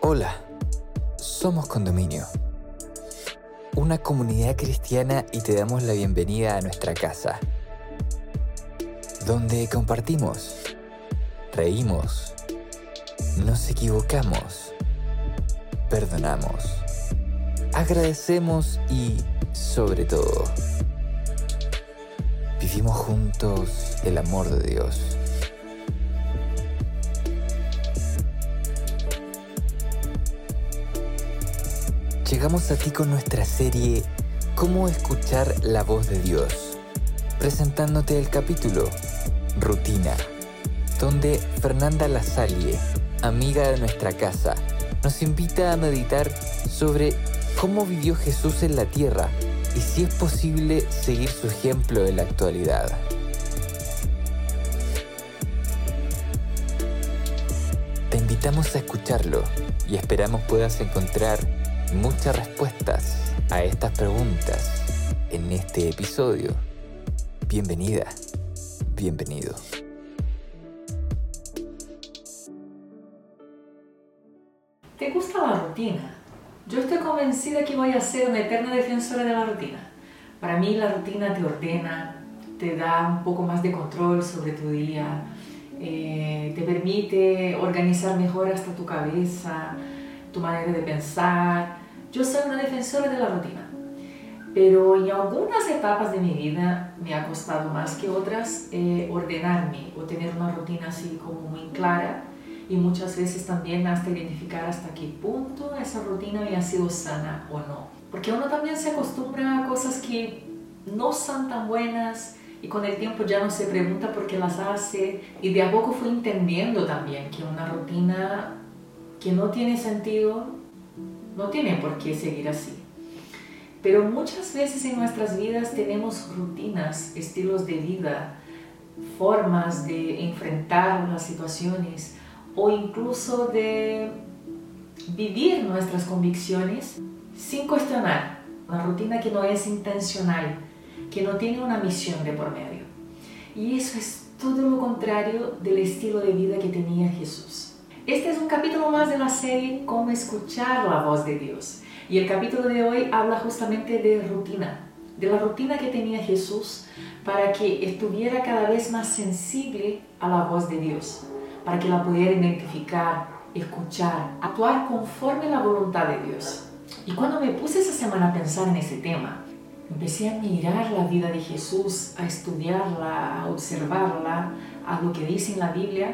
Hola, somos Condominio, una comunidad cristiana y te damos la bienvenida a nuestra casa, donde compartimos, reímos, nos equivocamos, perdonamos, agradecemos y, sobre todo, vivimos juntos el amor de Dios. Llegamos a ti con nuestra serie Cómo escuchar la voz de Dios, presentándote el capítulo Rutina, donde Fernanda Lasalle, amiga de nuestra casa, nos invita a meditar sobre cómo vivió Jesús en la tierra y si es posible seguir su ejemplo en la actualidad. Te invitamos a escucharlo y esperamos puedas encontrar muchas respuestas a estas preguntas en este episodio. Bienvenida, bienvenido. ¿Te gusta la rutina? Yo estoy convencida que voy a ser una eterna defensora de la rutina. Para mí la rutina te ordena, te da un poco más de control sobre tu día, te permite organizar mejor hasta tu cabeza, tu manera de pensar. Yo soy una defensora de la rutina, pero en algunas etapas de mi vida me ha costado más que otras ordenarme o tener una rutina así como muy clara, y muchas veces también hasta identificar hasta qué punto esa rutina me ha sido sana o no. Porque uno también se acostumbra a cosas que no son tan buenas y con el tiempo ya no se pregunta por qué las hace, y de a poco fui entendiendo también que una rutina que no tiene sentido no tiene por qué seguir así. Pero muchas veces en nuestras vidas tenemos rutinas, estilos de vida, formas de enfrentar las situaciones o incluso de vivir nuestras convicciones sin cuestionar. Una rutina que no es intencional, que no tiene una misión de por medio. Y eso es todo lo contrario del estilo de vida que tenía Jesús. Este es un capítulo más de la serie Cómo escuchar la voz de Dios. Y el capítulo de hoy habla justamente de rutina, de la rutina que tenía Jesús para que estuviera cada vez más sensible a la voz de Dios, para que la pudiera identificar, escuchar, actuar conforme a la voluntad de Dios. Y cuando me puse esa semana a pensar en ese tema, empecé a mirar la vida de Jesús, a estudiarla, a observarla, a lo que dice en la Biblia,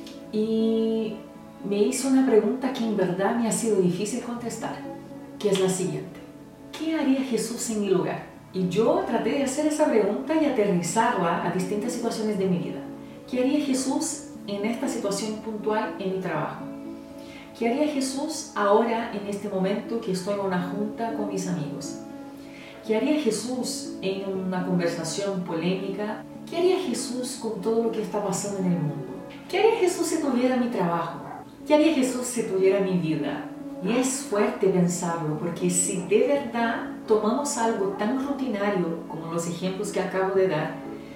y me hizo una pregunta que en verdad me ha sido difícil contestar, que es la siguiente: ¿qué haría Jesús en mi lugar? Y yo traté de hacer esa pregunta y aterrizarla a distintas situaciones de mi vida. ¿Qué haría Jesús en esta situación puntual en mi trabajo? ¿Qué haría Jesús ahora en este momento que estoy en una junta con mis amigos? ¿Qué haría Jesús en una conversación polémica? ¿Qué haría Jesús con todo lo que está pasando en el mundo? ¿Qué haría Jesús si tuviera mi trabajo? ¿Qué haría Jesús si tuviera mi vida? Y es fuerte pensarlo, porque si de verdad tomamos algo tan rutinario como los ejemplos que acabo de dar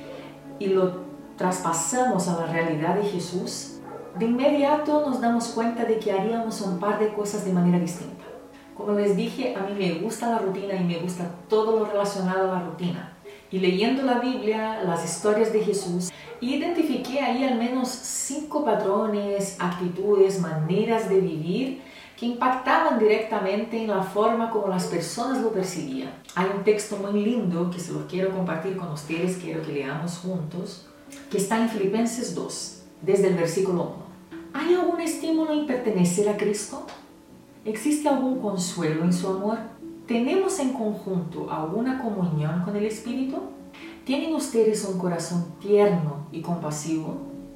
y lo traspasamos a la realidad de Jesús, de inmediato nos damos cuenta de que haríamos un par de cosas de manera distinta. Como les dije, a mí me gusta la rutina y me gusta todo lo relacionado a la rutina. Y leyendo la Biblia, las historias de Jesús, identifiqué ahí al menos 5 patrones, actitudes, maneras de vivir que impactaban directamente en la forma como las personas lo percibían. Hay un texto muy lindo que se lo quiero compartir con ustedes, quiero que leamos juntos, que está en Filipenses 2, desde el versículo 1. ¿Hay algún estímulo en pertenecer a Cristo? ¿Existe algún consuelo en su amor? ¿Tenemos en conjunto alguna comunión con el Espíritu? ¿Tienen ustedes un corazón tierno y compasivo?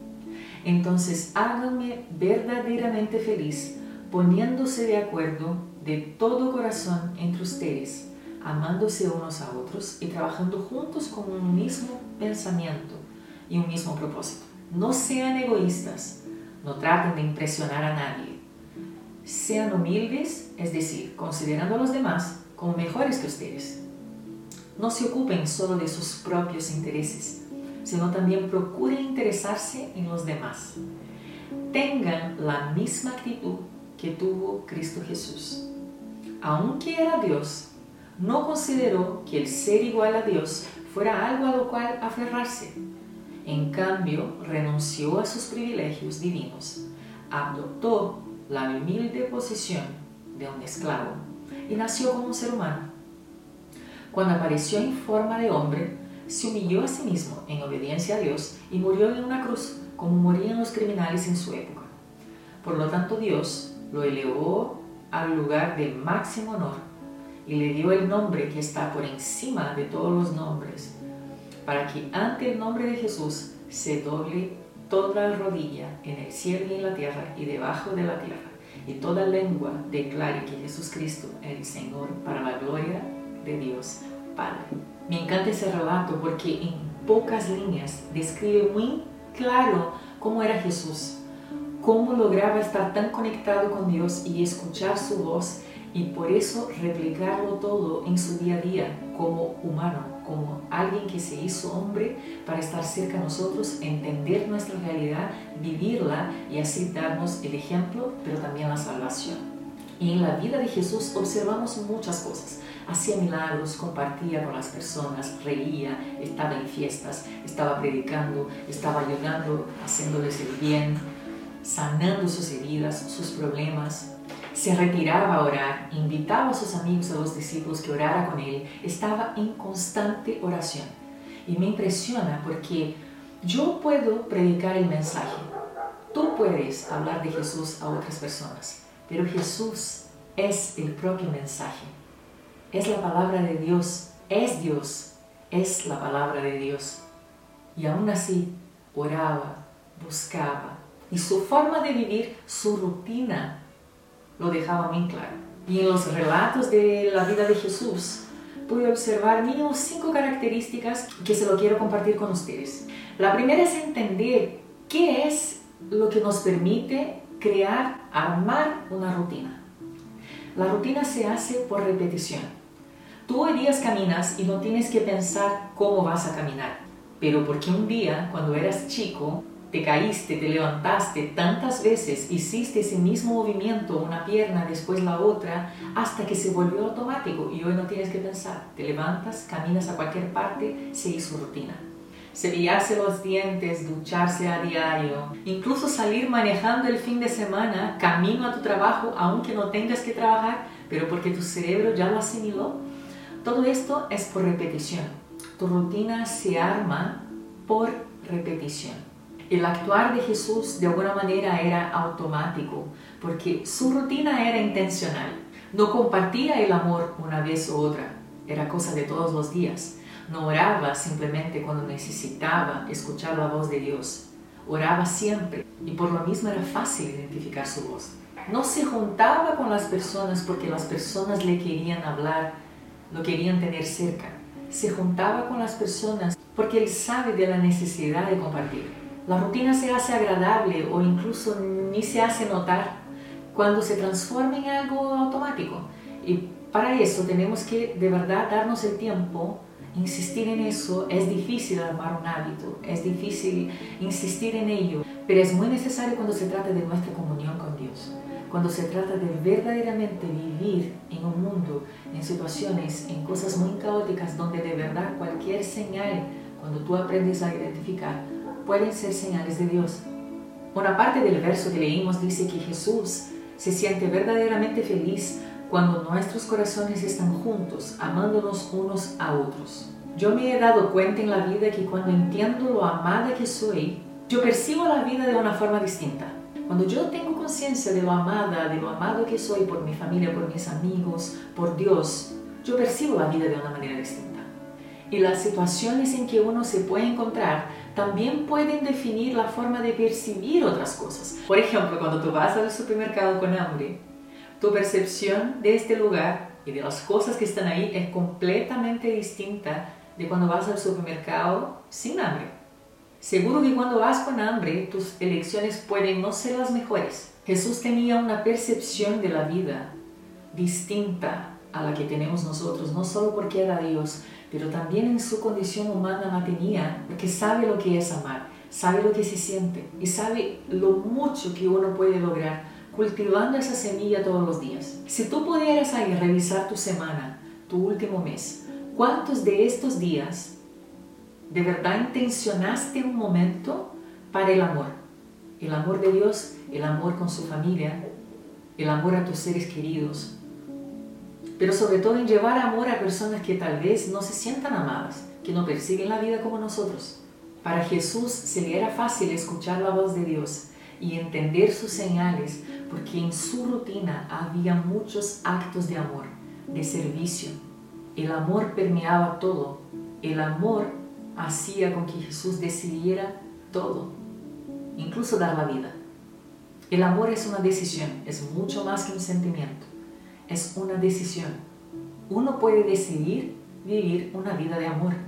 Entonces háganme verdaderamente feliz, poniéndose de acuerdo de todo corazón entre ustedes, amándose unos a otros y trabajando juntos con un mismo pensamiento y un mismo propósito. No sean egoístas, no traten de impresionar a nadie. Sean humildes, es decir, considerando a los demás como mejores que ustedes. No se ocupen solo de sus propios intereses, sino también procuren interesarse en los demás. Tengan la misma actitud que tuvo Cristo Jesús. Aunque era Dios, no consideró que el ser igual a Dios fuera algo a lo cual aferrarse. En cambio, renunció a sus privilegios divinos, adoptó la humilde posición de un esclavo y nació como un ser humano. Cuando apareció en forma de hombre, se humilló a sí mismo en obediencia a Dios y murió en una cruz, como morían los criminales en su época. Por lo tanto, Dios lo elevó al lugar de máximo honor y le dio el nombre que está por encima de todos los nombres, para que ante el nombre de Jesús se doble toda rodilla en el cielo y en la tierra y debajo de la tierra, y toda lengua declare que Jesús Cristo es el Señor, para la gloria de Dios Padre. Me encanta ese relato porque en pocas líneas describe muy claro cómo era Jesús, cómo lograba estar tan conectado con Dios y escuchar su voz, y por eso replicarlo todo en su día a día como humano, como alguien que se hizo hombre para estar cerca de nosotros, entender nuestra realidad, vivirla y así darnos el ejemplo, pero también la salvación. Y en la vida de Jesús observamos muchas cosas. Hacía milagros, compartía con las personas, reía, estaba en fiestas, estaba predicando, estaba ayudando, haciéndoles el bien, sanando sus heridas, sus problemas. Se retiraba a orar, invitaba a sus amigos, a los discípulos que orara con él, estaba en constante oración. Y me impresiona porque yo puedo predicar el mensaje, tú puedes hablar de Jesús a otras personas, pero Jesús es el propio mensaje, es la palabra de Dios, es la palabra de Dios. Y aún así oraba, buscaba, y su forma de vivir, su rutina, lo dejaba muy claro. Y en los relatos de la vida de Jesús pude observar mínimo 5 características que se lo quiero compartir con ustedes. La primera es entender qué es lo que nos permite crear, armar una rutina. La rutina se hace por repetición. Tú hoy días caminas y no tienes que pensar cómo vas a caminar, pero porque un día, cuando eras chico, te caíste, te levantaste tantas veces, hiciste ese mismo movimiento, una pierna, después la otra, hasta que se volvió automático y hoy no tienes que pensar. Te levantas, caminas a cualquier parte, se hizo rutina. Cepillarse los dientes, ducharse a diario, incluso salir manejando el fin de semana, camino a tu trabajo, aunque no tengas que trabajar, pero porque tu cerebro ya lo asimiló. Todo esto es por repetición. Tu rutina se arma por repetición. El actuar de Jesús de alguna manera era automático, porque su rutina era intencional. No compartía el amor una vez u otra, era cosa de todos los días. No oraba simplemente cuando necesitaba escuchar la voz de Dios. Oraba siempre, y por lo mismo era fácil identificar su voz. No se juntaba con las personas porque las personas le querían hablar, lo querían tener cerca. Se juntaba con las personas porque él sabe de la necesidad de compartir. La rutina se hace agradable o incluso ni se hace notar cuando se transforma en algo automático. Y para eso tenemos que de verdad darnos el tiempo, insistir en eso. Es difícil armar un hábito, es difícil insistir en ello, pero es muy necesario cuando se trata de nuestra comunión con Dios. Cuando se trata de verdaderamente vivir en un mundo, en situaciones, en cosas muy caóticas, donde de verdad cualquier señal, cuando tú aprendes a identificar, pueden ser señales de Dios. Una parte del verso que leímos dice que Jesús se siente verdaderamente feliz cuando nuestros corazones están juntos, amándonos unos a otros. Yo me he dado cuenta en la vida que cuando entiendo lo amada que soy, yo percibo la vida de una forma distinta. Cuando yo tengo conciencia de lo amada, de lo amado que soy por mi familia, por mis amigos, por Dios, yo percibo la vida de una manera distinta. Y las situaciones en que uno se puede encontrar también pueden definir la forma de percibir otras cosas. Por ejemplo, cuando tú vas al supermercado con hambre, tu percepción de este lugar y de las cosas que están ahí es completamente distinta de cuando vas al supermercado sin hambre. Seguro que cuando vas con hambre, tus elecciones pueden no ser las mejores. Jesús tenía una percepción de la vida distinta a la que tenemos nosotros, no solo porque era Dios, pero también en su condición humana la tenía, porque sabe lo que es amar, sabe lo que se siente y sabe lo mucho que uno puede lograr cultivando esa semilla todos los días. Si tú pudieras ahí revisar tu semana, tu último mes, ¿cuántos de estos días de verdad intencionaste un momento para el amor? El amor de Dios, el amor con su familia, el amor a tus seres queridos, pero sobre todo en llevar amor a personas que tal vez no se sientan amadas, que no persiguen la vida como nosotros. Para Jesús se le era fácil escuchar la voz de Dios y entender sus señales, porque en su rutina había muchos actos de amor, de servicio. El amor permeaba todo. El amor hacía con que Jesús decidiera todo, incluso dar la vida. El amor es una decisión, es mucho más que un sentimiento, es una decisión. Uno puede decidir vivir una vida de amor.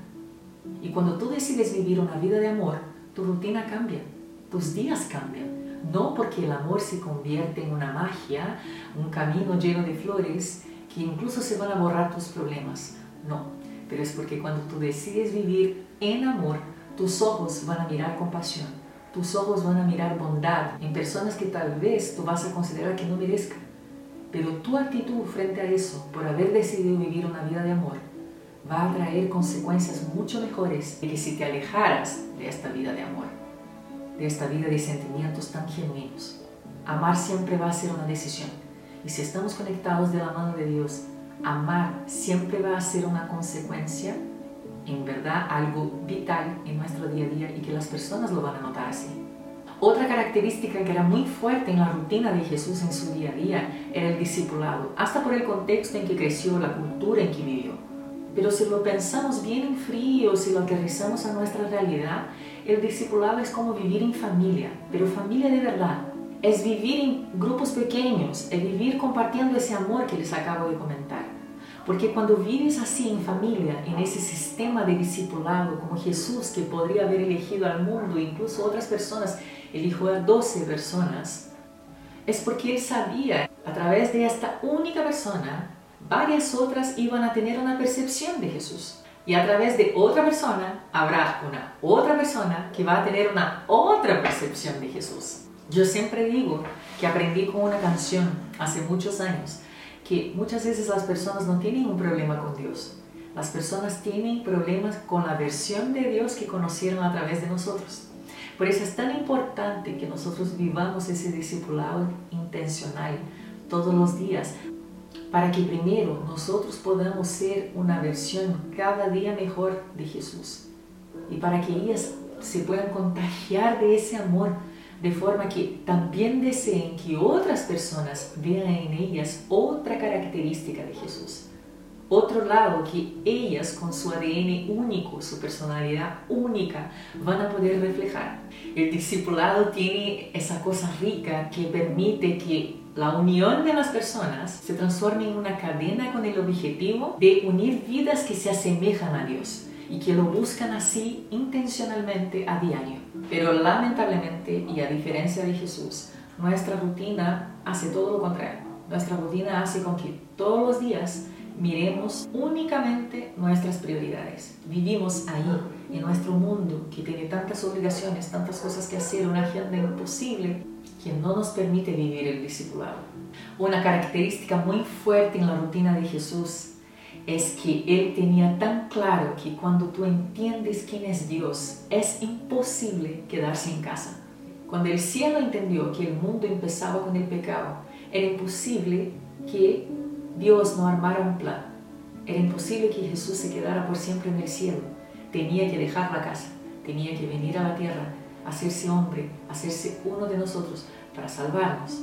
Y cuando tú decides vivir una vida de amor, tu rutina cambia, tus días cambian. No porque el amor se convierte en una magia, un camino lleno de flores, que incluso se van a borrar tus problemas. No, pero es porque cuando tú decides vivir en amor, tus ojos van a mirar compasión, tus ojos van a mirar bondad en personas que tal vez tú vas a considerar que no merezcan. Pero tu actitud frente a eso, por haber decidido vivir una vida de amor, va a traer consecuencias mucho mejores de que si te alejaras de esta vida de amor, de esta vida de sentimientos tan genuinos. Amar siempre va a ser una decisión. Y si estamos conectados de la mano de Dios, amar siempre va a ser una consecuencia, en verdad, algo vital en nuestro día a día y que las personas lo van a notar así. Otra característica que era muy fuerte en la rutina de Jesús en su día a día era el discipulado, hasta por el contexto en que creció, la cultura en que vivió. Pero si lo pensamos bien en frío, si lo aterrizamos a nuestra realidad, el discipulado es como vivir en familia, pero familia de verdad. Es vivir en grupos pequeños, es vivir compartiendo ese amor que les acabo de comentar. Porque cuando vives así en familia, en ese sistema de discipulado, como Jesús, que podría haber elegido al mundo, incluso otras personas, eligió a 12 personas, es porque Él sabía, a través de esta única persona, varias otras iban a tener una percepción de Jesús. Y a través de otra persona, habrá una otra persona que va a tener una otra percepción de Jesús. Yo siempre digo que aprendí con una canción hace muchos años, que muchas veces las personas no tienen un problema con Dios. Las personas tienen problemas con la versión de Dios que conocieron a través de nosotros. Por eso es tan importante que nosotros vivamos ese discipulado intencional todos los días, para que primero nosotros podamos ser una versión cada día mejor de Jesús y para que ellas se puedan contagiar de ese amor, de forma que también deseen que otras personas vean en ellas otra característica de Jesús, otro lado que ellas con su ADN único, su personalidad única, van a poder reflejar. El discipulado tiene esa cosa rica que permite que la unión de las personas se transforme en una cadena con el objetivo de unir vidas que se asemejan a Dios y que lo buscan así intencionalmente a diario. Pero lamentablemente, y a diferencia de Jesús, nuestra rutina hace todo lo contrario. Nuestra rutina hace con que todos los días miremos únicamente nuestras prioridades. Vivimos ahí, en nuestro mundo que tiene tantas obligaciones, tantas cosas que hacer, una agenda imposible que no nos permite vivir el discipulado. Una característica muy fuerte en la rutina de Jesús es que Él tenía tan claro que cuando tú entiendes quién es Dios, es imposible quedarse en casa. Cuando el cielo entendió que el mundo empezaba con el pecado, era imposible que Dios no armara un plan. Era imposible que Jesús se quedara por siempre en el cielo. Tenía que dejar la casa, tenía que venir a la tierra, hacerse hombre, hacerse uno de nosotros para salvarnos.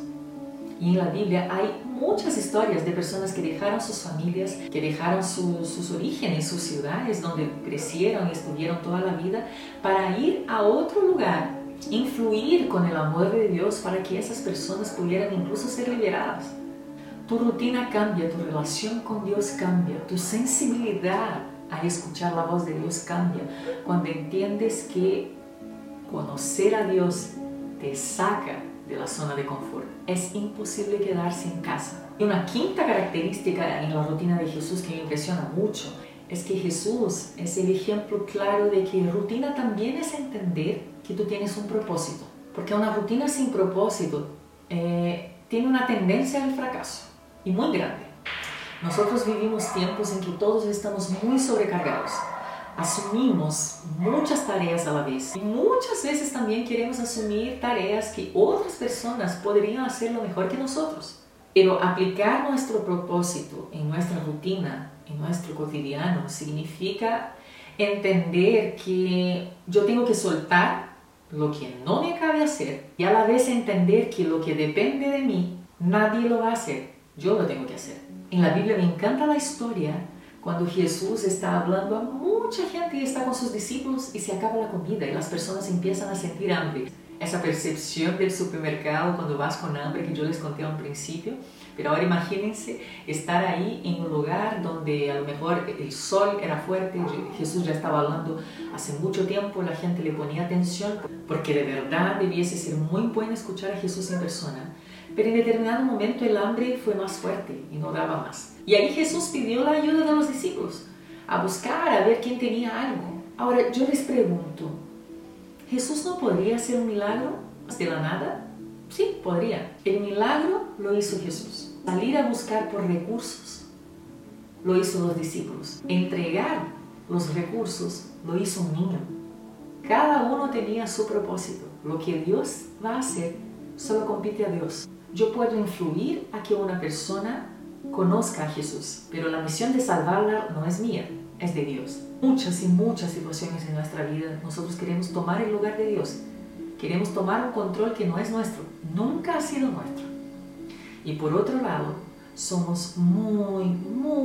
Y en la Biblia hay muchas historias de personas que dejaron sus familias, que dejaron sus orígenes, sus ciudades donde crecieron y estuvieron toda la vida, para ir a otro lugar, influir con el amor de Dios para que esas personas pudieran incluso ser liberadas. Tu rutina cambia, tu relación con Dios cambia, tu sensibilidad a escuchar la voz de Dios cambia cuando entiendes que conocer a Dios te saca de la zona de confort. Es imposible quedarse en casa. Y una quinta característica en la rutina de Jesús que me impresiona mucho es que Jesús es el ejemplo claro de que rutina también es entender que tú tienes un propósito. Porque una rutina sin propósito tiene una tendencia al fracaso, y muy grande. Nosotros vivimos tiempos en que todos estamos muy sobrecargados. Asumimos muchas tareas a la vez y muchas veces también queremos asumir tareas que otras personas podrían hacerlo mejor que nosotros. Pero aplicar nuestro propósito en nuestra rutina, en nuestro cotidiano, significa entender que yo tengo que soltar lo que no me cabe hacer y a la vez entender que lo que depende de mí, nadie lo va a hacer, yo lo tengo que hacer. En la Biblia me encanta la historia cuando Jesús está hablando a mucha gente y está con sus discípulos y se acaba la comida y las personas empiezan a sentir hambre. Esa percepción del supermercado cuando vas con hambre que yo les conté a un principio. Pero ahora imagínense estar ahí en un lugar donde a lo mejor el sol era fuerte, Jesús ya estaba hablando hace mucho tiempo, la gente le ponía atención porque de verdad debiese ser muy bueno escuchar a Jesús en persona. Pero en determinado momento el hambre fue más fuerte y no daba más. Y ahí Jesús pidió la ayuda de los discípulos a buscar, a ver quién tenía algo. Ahora yo les pregunto, ¿Jesús no podría hacer un milagro de la nada? Sí, podría. El milagro lo hizo Jesús. Salir a buscar por recursos lo hizo los discípulos. Entregar los recursos lo hizo un niño. Cada uno tenía su propósito. Lo que Dios va a hacer solo compete a Dios. Yo puedo influir a que una persona conozca a Jesús, pero la misión de salvarla no es mía, es de Dios. Muchas y muchas situaciones en nuestra vida nosotros queremos tomar el lugar de Dios. Queremos tomar un control que no es nuestro, nunca ha sido nuestro. Y por otro lado, somos muy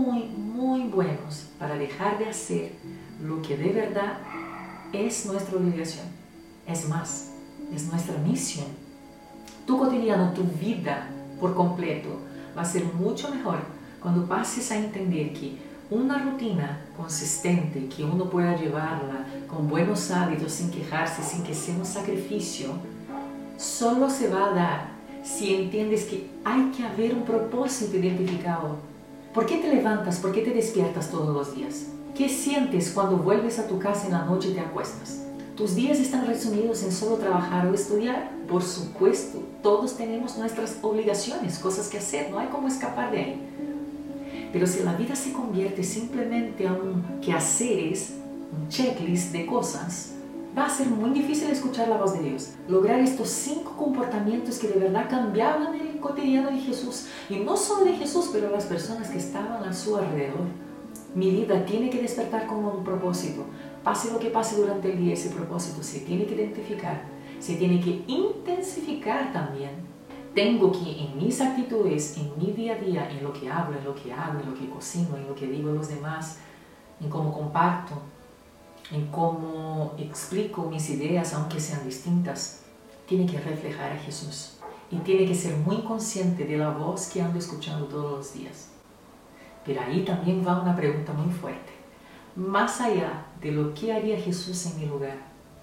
buenos para dejar de hacer lo que de verdad es nuestra obligación. Es más, es nuestra misión. Tu cotidiano, tu vida por completo va a ser mucho mejor cuando pases a entender que una rutina consistente, que uno pueda llevarla con buenos hábitos, sin quejarse, sin que sea un sacrificio, solo se va a dar si entiendes que hay que haber un propósito identificado. ¿Por qué te levantas? ¿Por qué te despiertas todos los días? ¿Qué sientes cuando vuelves a tu casa en la noche y te acuestas? ¿Tus días están resumidos en solo trabajar o estudiar? Por supuesto, todos tenemos nuestras obligaciones, cosas que hacer, no hay cómo escapar de ahí. Pero si la vida se convierte simplemente a un quehaceres, un checklist de cosas, va a ser muy difícil escuchar la voz de Dios. Lograr estos 5 comportamientos que de verdad cambiaban el cotidiano de Jesús. Y no solo de Jesús, pero las personas que estaban a su alrededor. Mi vida tiene que despertar con un propósito. Pase lo que pase durante el día, ese propósito se tiene que identificar. Se tiene que intensificar también. Tengo que en mis actitudes, en mi día a día, en lo que hablo, en lo que hago, en lo que cocino, en lo que digo a los demás, en cómo comparto, en cómo explico mis ideas, aunque sean distintas, tiene que reflejar a Jesús. Y tiene que ser muy consciente de la voz que ando escuchando todos los días. Pero ahí también va una pregunta muy fuerte. Más allá de lo que haría Jesús en mi lugar,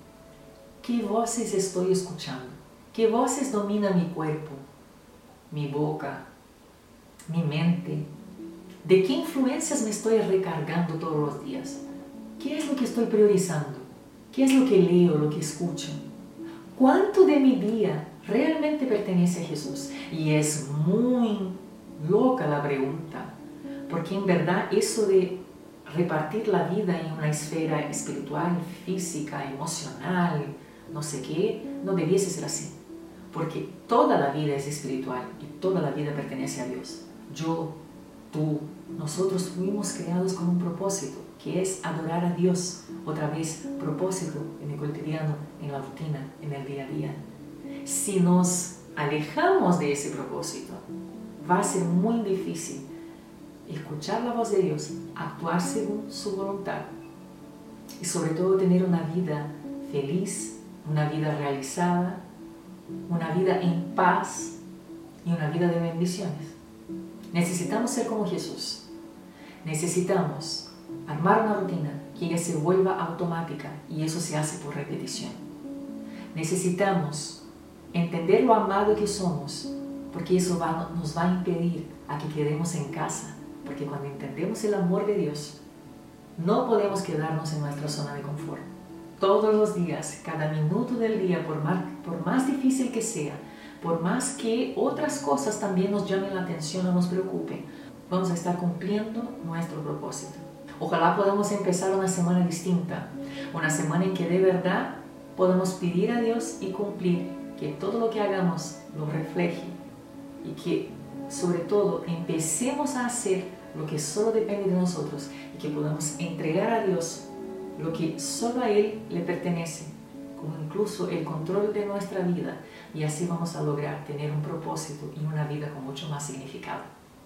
¿qué voces estoy escuchando? ¿Qué voces dominan mi cuerpo, mi boca, mi mente? ¿De qué influencias me estoy recargando todos los días? ¿Qué es lo que estoy priorizando? ¿Qué es lo que leo, lo que escucho? ¿Cuánto de mi día realmente pertenece a Jesús? Y es muy loca la pregunta, porque en verdad eso de repartir la vida en una esfera espiritual, física, emocional, no sé qué, no debiese ser así. Porque toda la vida es espiritual y toda la vida pertenece a Dios. Yo, tú, nosotros fuimos creados con un propósito, que es adorar a Dios. Otra vez, propósito en el cotidiano, en la rutina, en el día a día. Si nos alejamos de ese propósito, va a ser muy difícil escuchar la voz de Dios, actuar según su voluntad y sobre todo tener una vida feliz, una vida realizada, una vida en paz y una vida de bendiciones. Necesitamos ser como Jesús. Necesitamos armar una rutina que ella se vuelva automática y eso se hace por repetición. Necesitamos entender lo amado que somos porque eso nos va a impedir a que quedemos en casa. Porque cuando entendemos el amor de Dios, no podemos quedarnos en nuestra zona de confort. Todos los días, cada minuto del día, por más difícil que sea, por más que otras cosas también nos llamen la atención o nos preocupen, vamos a estar cumpliendo nuestro propósito. Ojalá podamos empezar una semana distinta, una semana en que de verdad podamos pedir a Dios y cumplir, que todo lo que hagamos lo refleje y que sobre todo empecemos a hacer lo que solo depende de nosotros y que podamos entregar a Dios lo que solo a Él le pertenece, como incluso el control de nuestra vida, y así vamos a lograr tener un propósito y una vida con mucho más significado.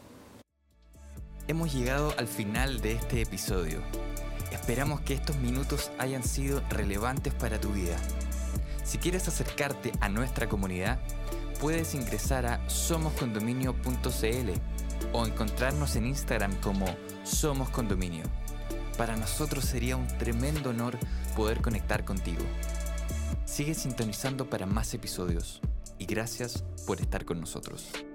Hemos llegado al final de este episodio. Esperamos que estos minutos hayan sido relevantes para tu vida. Si quieres acercarte a nuestra comunidad, puedes ingresar a somoscondominio.cl o encontrarnos en Instagram como Somos Condominio. Para nosotros sería un tremendo honor poder conectar contigo. Sigue sintonizando para más episodios y gracias por estar con nosotros.